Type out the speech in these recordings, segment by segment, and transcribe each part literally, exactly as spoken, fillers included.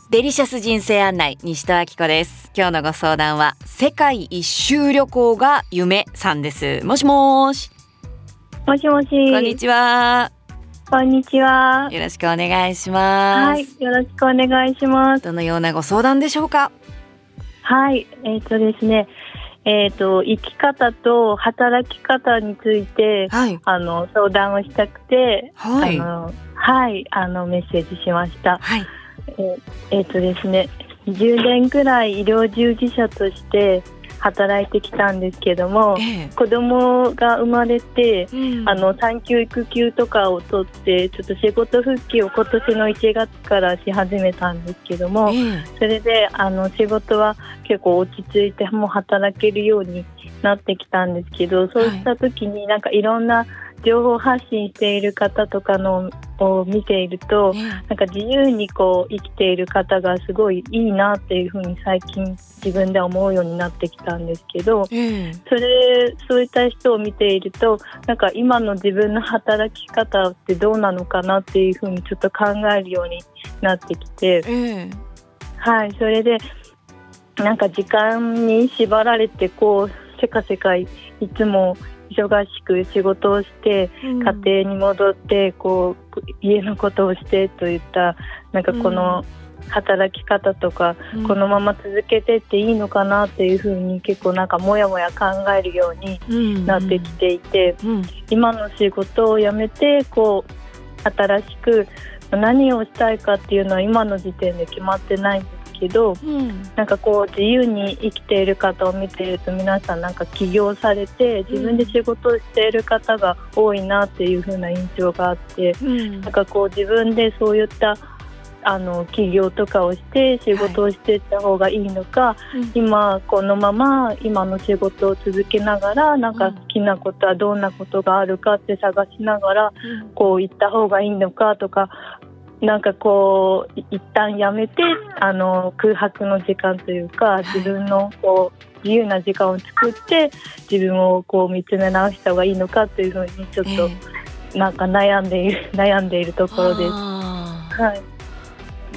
デリシャス人生案内、西戸明子です。今日のご相談は世界一周旅行が夢さんです。もしもし。 もしもし。 こんにちは。 こんにちは。 よろしくお願いします。 はい、よろしくお願いします。 どのようなご相談でしょうか？ はい、えっとですね、えっと生き方と働き方について、はい、あの相談をしたくて、はい、あのはいあのメッセージしました。はい。ええー、とですね、じゅうねんくらい医療従事者として働いてきたんですけども、えー、子供が生まれて、うん、あの産休育休とかを取ってちょっと仕事復帰を今年のいちがつからし始めたんですけども、えー、それであの仕事は結構落ち着いてもう働けるようになってきたんですけど、そうした時になんかいろんな情報発信している方とかのを見ていると、ね、なんか自由にこう生きている方がすごいいいなっていうふうに最近自分では思うようになってきたんですけど、うん、それそういった人を見ているとなんか今の自分の働き方ってどうなのかなっていうふうにちょっと考えるようになってきて、うん、はいそれでなんか時間に縛られてこうせかせかいつも忙しく仕事をして、うん、家庭に戻ってこう家のことをしてといったなんかこの働き方とか、うん、このまま続けてっていいのかなっていうふうに結構なんかもやもや考えるようになってきていて、うんうん、今の仕事を辞めてこう新しく何をしたいかっていうのは今の時点で決まってないんですけど、うん、なんかこう自由に生きている方を見ていると皆さんなんか起業されて自分で仕事をしている方が多いなっていう風な印象があって、うん、なんかこう自分でそういったあの起業とかをして仕事をしていった方がいいのか、はいうん、今このまま今の仕事を続けながらなんか好きなことはどんなことがあるかって探しながら、うん、こう行った方がいいのかとかなんかこう一旦やめてあの空白の時間というか自分のこう自由な時間を作って自分をこう見つめ直した方がいいのかというふうにちょっとなんか悩んでいる、悩んでいるところです。はい、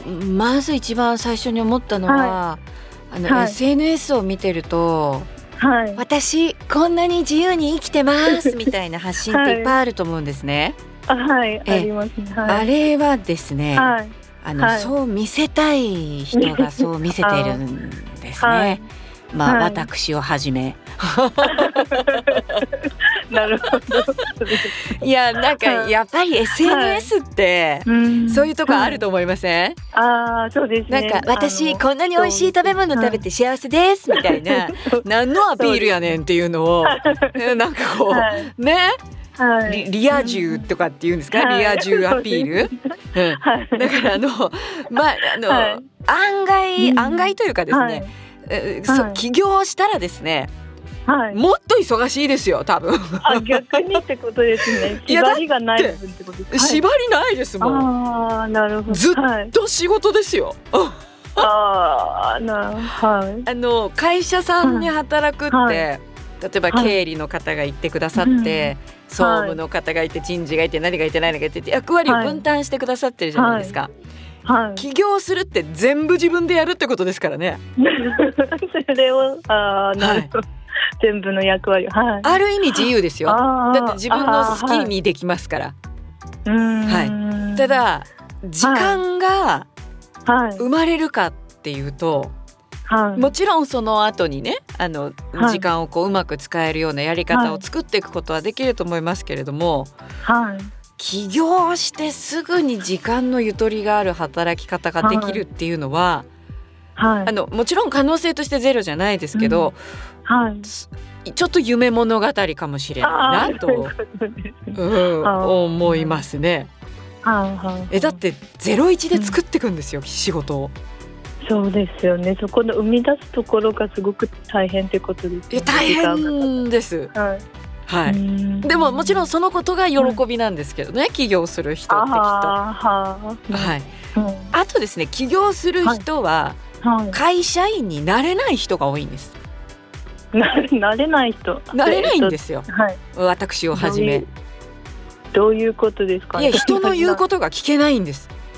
まず一番最初に思ったのは、はい、あのはい、エスエヌエス を見てると、はい、私こんなに自由に生きてますみたいな発信っていっぱいあると思うんですね。 あはいありますね、はい、 あれはですね、はい、あのはい、そう見せたい人がそう見せているんですね、はい、まあ、はい、私をはじめなるほどいやなんかやっぱり エスエヌエス って、はい、そういうとこあると思いません？はい、 あそうですね、 なんか私こんなに美味しい食べ物食べて幸せですみたいな何のアピールやねんっていうのをなんかこう、はい、ねはい、リ, リア充とかっていうんですか、はい、リア充アピール、うんはい、だからあの、まああのはい、案外、うん、案外というかですね、はいえーはい、起業したらですね、はい、もっと忙しいですよ多分。 あ逆にってことですね。縛りがない分ってことですか？ 縛りないですもん。 あなるほど。 ずっと仕事ですよ。 あな、はい、 あの会社さんに働くって、はい、例えば経理の方が言ってくださって、はい総務の方がいて人事がいて何がいて何がいてって役割を分担してくださってるじゃないですか、はいはい、起業するって全部自分でやるってことですからね。 それをあなるほど、はい、全部の役割、はい、 ある意味自由ですよ。だって自分の好きにできますから、はい、ただ時間が生まれるかっていうと、はい、もちろんその後にねあの、はい、時間をこううまく使えるようなやり方を作っていくことはできると思いますけれども、はい、起業してすぐに時間のゆとりがある働き方ができるっていうのは、はい、あのもちろん可能性としてゼロじゃないですけど、うんはい、ちょっと夢物語かもしれないなと、うん、思いますね。えだってゼロイチで作っていくんですよ、うん、仕事を。 そうですよね。そこの生み出すところがすごく大変ということですね。 いや大変です、はいはい、でももちろんそのことが喜びなんですけどね、はい、起業する人ってきっとあ、はいうん、あとですね起業する人は会社員になれない人が多いんです。 な, なれない人なれないんですよ、はい、私をはじめ。 どういうことですかね。 いや人の言うことが聞けないんです。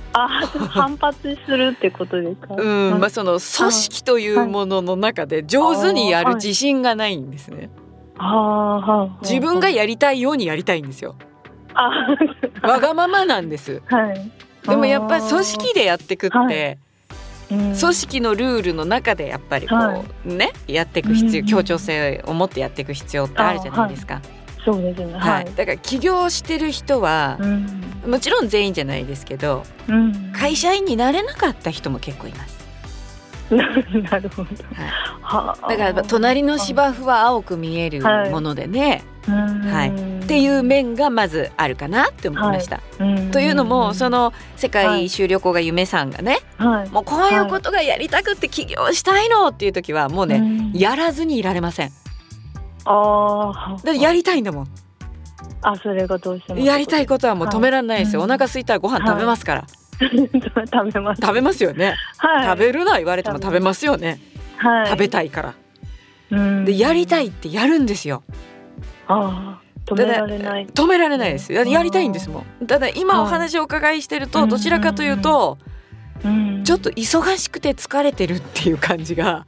あ反発するってことですか。 うん、まあ、その組織というものの中で上手にやる自信がないんですね。 はい、 自分がやりたいようにやりたいんですよ。 あわがままなんです、 はい、 でもやっぱり組織でやってくって、はいうん、 組織のルールの中でやっぱりこう、はい、ねやっていく必要、協調性を持ってやっていく必要ってあるじゃないですか。 そうですね、 はい、だから起業してる人は、うん、もちろん全員じゃないですけど、うん、会社員になれなかった人も結構います。 なるほど、 はい、だから隣の芝生は青く見えるものでね、はいはい、っていう面がまずあるかなって思いました、はい、というのもその世界一周旅行が夢さんがね、はい、もうこういうことがやりたくて起業したいのっていう時はもうね、うん、やらずにいられません。あだってやりたいんだもん。 あそれがどうしてもやりたいことはもう止められないですよ、はい、お腹空いたらご飯食べますから、はい食べます。 食べますよね、はい、食べるな言われても食べますよね、はい、食べたいからうんでやりたいってやるんですよ。 あ止められない止められないです。やりたいんですもん。ただ今お話をお伺いしてるとどちらかというとうんちょっと忙しくて疲れてるっていう感じが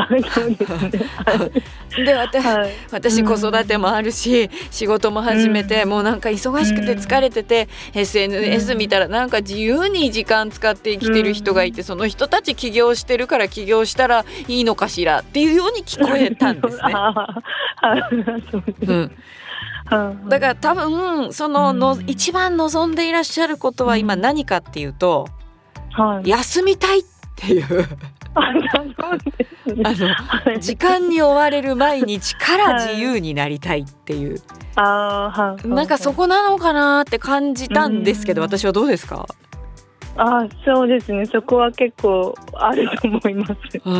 で 私, はい、私子育てもあるし、うん、仕事も始めて、うん、もうなんか忙しくて疲れてて、うん、エスエヌエス 見たらなんか自由に時間使って生きてる人がいて、うん、その人たち起業してるから起業したらいいのかしらっていうように聞こえたんですね。うんだから多分そのの、うん、一番望んでいらっしゃることは今何かっていうと、はい、休みたいっていうあの時間に追われる毎日から自由になりたいっていう、はい、なんかそこなのかなって感じたんですけど、私はどうですか？ あそうですね、そこは結構あると思います、うん、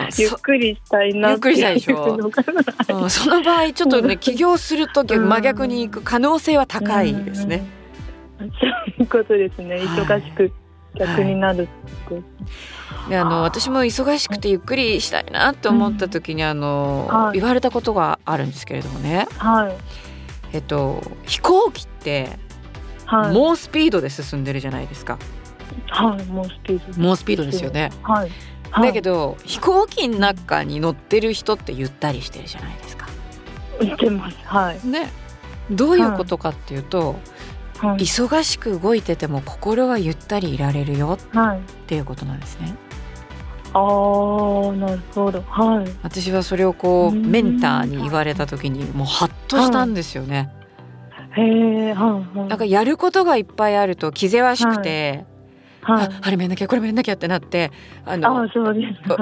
ゆっくりしたいなっていうのがゆっくりしたいでしょ、うん、 その場合ちょっとね起業すると真逆に行く可能性は高いですね、 うん、そういうことですね、忙しく逆になるって、はい、 であの私も忙しくてゆっくりしたいなって思った時にあの、はい、言われたことがあるんですけれどもね、はいえっと、飛行機って、はい、猛スピードで進んでるじゃないですか。 はい、猛スピード猛スピードですよね、はいはい、だけど飛行機の中に乗ってる人ってゆったりしてるじゃないですか。 言ってます、はいね、どういうことかっていうと、はい、忙しく動いてても心はゆったりいられるよっていうことなんですね、 はい、ああなるほど、はい、 私はそれをこうメンターに言われた時にもうハッとしたんですよね、 はい、へー、はいはい、 なんかやることがいっぱいあると気ぜわしくて、はいはい、あ, あれもやんなきゃこれもやんなきゃってなってあのあそうです、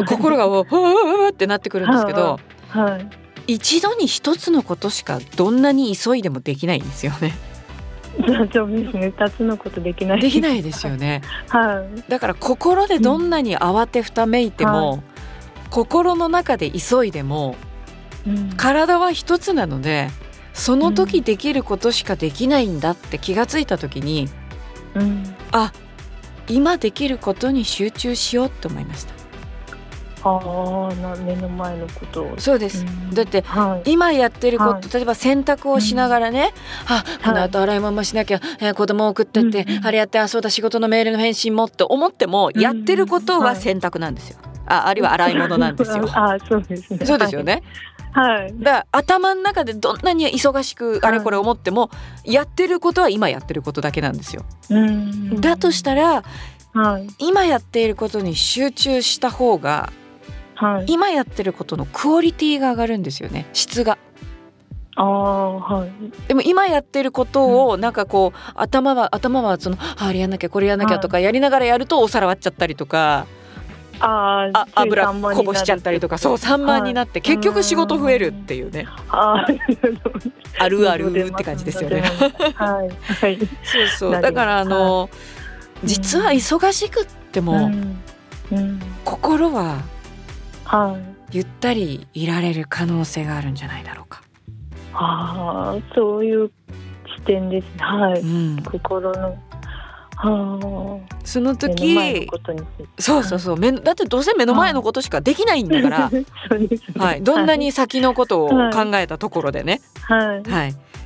心がわーってなってくるんですけど、 はいはい、 一度に一つのことしかどんなに急いでもできないんですよね。 そうですね、二つのことできないできないですよね、 はい、 だから心でどんなに慌てふためいても、うん、心の中で急いでも、うん、体は一つなのでその時できることしかできないんだって気がついた時に、うん、あ今できることに集中しようって思いました。 あな目の前のことをそうです、うん、だって、はい、今やってること、はい、例えば洗濯をしながらね、うん、あこの後洗い物しなきゃ、はいえー、子供を送ってって、うん、あれやってあそうだ仕事のメールの返信もって思っても、うん、やってることは洗濯なんですよ、はい、あ, あるいは洗い物なんですよあそうですね、 そうですよね、はい、だから頭の中でどんなに忙しくあれこれ思っても、はい、やってることは今やってることだけなんですよ。うんだとしたら、はい、今やっていることに集中した方が、はい、今やってることのクオリティが上がるんですよね、質が。 あ、はい、 でも今やってることをなんかこう、うん、頭は頭はそのあれやんなきゃこれやんなきゃとかやりながらやるとお皿割っちゃったりとか、 ああ油こぼしちゃったりとか、そう散漫になって、はい、結局仕事増えるっていうね、あ, あるあるって感じですよねはいはい、 そうそうだからあの、はい、実は忙しくっても、うんうん、心はゆったりいられる可能性があるんじゃないだろうか。 ああそういう視点ですね、はい、うん、心のはその時目の前のことにそうそうそう、だってどうせ目の前のことしかできないんだからそうですね、はい、どんなに先のことを考えたところでね、はいはい、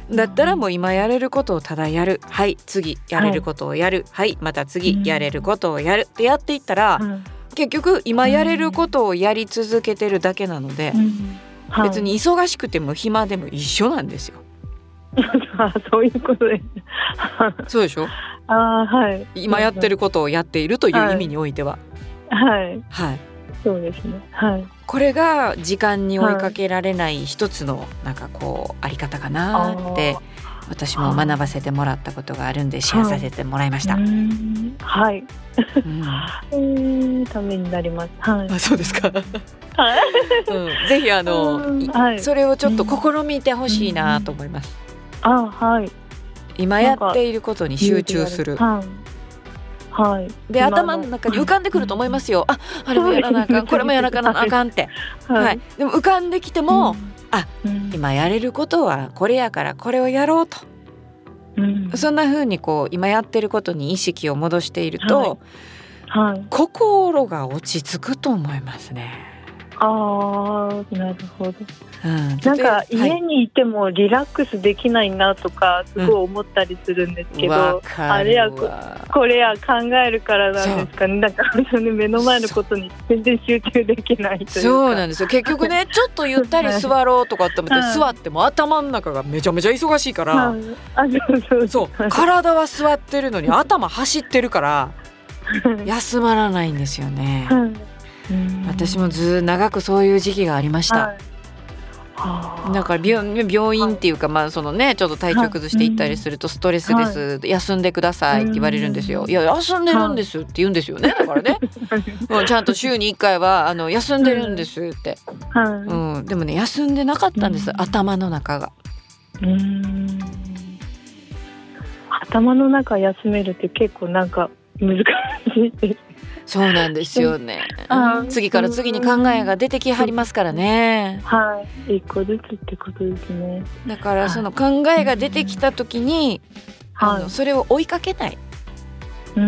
だったらもう今やれることをただやる、はい次やれることをやる、はい、はい、また次やれることをやるってやっていったら、うん、結局今やれることをやり続けてるだけなので、うんはい、別に忙しくても暇でも一緒なんですよ。 そういうことですそうでしょ。 あ、はい、 今やってることをやっているという意味においては、 はい、はい、そうですね、はい、 これが時間に追いかけられない一つのなんかこうあり方かなって私も学ばせてもらったことがあるんでシェアさせてもらいました。はい、 うんはい、うん、ためになります。はい、 あ、そうですか。はい、うん、ぜひあの、はい、それをちょっと試みてほしいなと思います。 うん、あ、はい。 今やっていることに集中する。はいはい、で頭の中に浮かんでくると思いますよ。あ、あれもやらなあかん、これもやらなあかんって、はいはい、でも浮かんできても、うん、あ、うん、今やれることはこれやからこれをやろうと、うん、そんな風にこう今やってることに意識を戻していると、はいはい、心が落ち着くと思いますね。 あー、なるほど、うん、なんか家にいてもリラックスできないなとかすごい思ったりするんですけど、うん、あれや こ, これや考えるからなんですかね。なんか目の前のことに全然集中できないというか。 そうなんですよ。結局ねちょっとゆったり座ろうとかって思って、はい、座っても頭の中がめちゃめちゃ忙しいから、はい、あそうそうそう体は座ってるのに頭走ってるから休まらないんですよね。はい、うん、私もず長くそういう時期がありました。はい、だから 病, 病院っていうか、まあそのね、ちょっと体調崩していったりするとストレスです、はい、休んでくださいって言われるんですよ。いや休んでるんですって言うんですよね。だからねもうちゃんと週にいっかいはあの休んでるんですって、はい、うん、でもね休んでなかったんです、頭の中が。うーん、 頭の中休めるって結構なんか難しいです。 そうなんですよね。次から次に考えが出てきはりますからね。 はい、一個ずつってことですね。 だからその考えが出てきた時に、はい、あのそれを追いかけない。うん、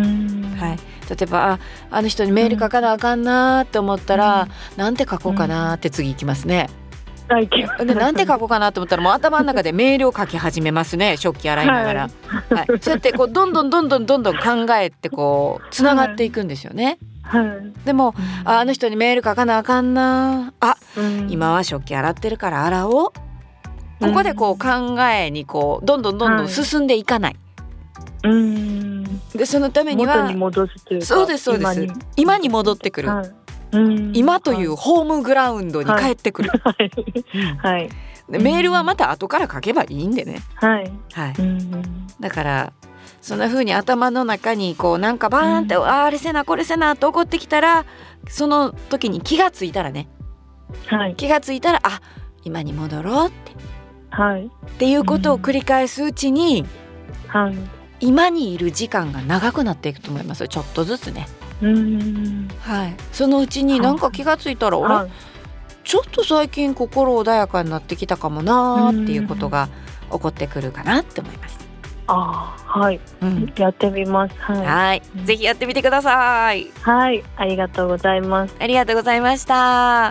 はい、例えば あ, あの人にメール書かなあかんなって思ったら、うん、なんて書こうかなって次行きますね。うん、でなんて書こうかなと思ったらもう頭の中でメールを書き始めますね。食器洗いながら、はいはい、そうやってこうどんどんどんどんどんどん考えてこうつながっていくんですよね。はいはい、でも、うん、あ, あの人にメール書かなあかんなあ、うん、今は食器洗ってるから洗おう、ここでこう考えにこうどんどんどんどん進んでいかない、はい、うんでそのためには元に戻すというか、 そうですそうです、今 に, 今に戻ってくる、はい、うん今というホームグラウンドに帰ってくる、はいはい、でメールはまた後から書けばいいんでね、はいはい、うんだからそんな風に頭の中にこうなんかバーンって、うん、あ, あれせなこれせなと起こってきたらその時に気がついたらね、はい、気がついたらあ今に戻ろうって、はい、っていうことを繰り返すうちに、はい、今にいる時間が長くなっていくと思いますよ。ちょっとずつね。うーん、はい、そのうちになんか気がついたら、はい、俺ちょっと最近心穏やかになってきたかもなっていうことが起こってくるかなって思います。 あ、はい、うん、やってみます。はい、 はい、ぜひやってみてください。 はい、ありがとうございます。 ありがとうございました。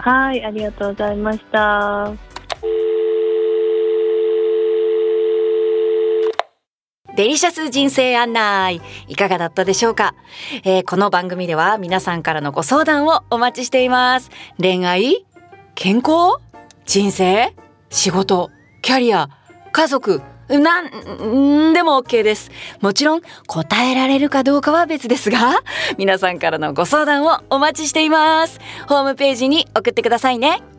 はい、ありがとうございました。 デリシャス人生案内いかがだったでしょうか、えー、この番組では皆さんからのご相談をお待ちしています。恋愛、健康、人生、仕事、キャリア、家族、なんでも OK です。もちろん答えられるかどうかは別ですが、皆さんからのご相談をお待ちしています。ホームページに送ってくださいね。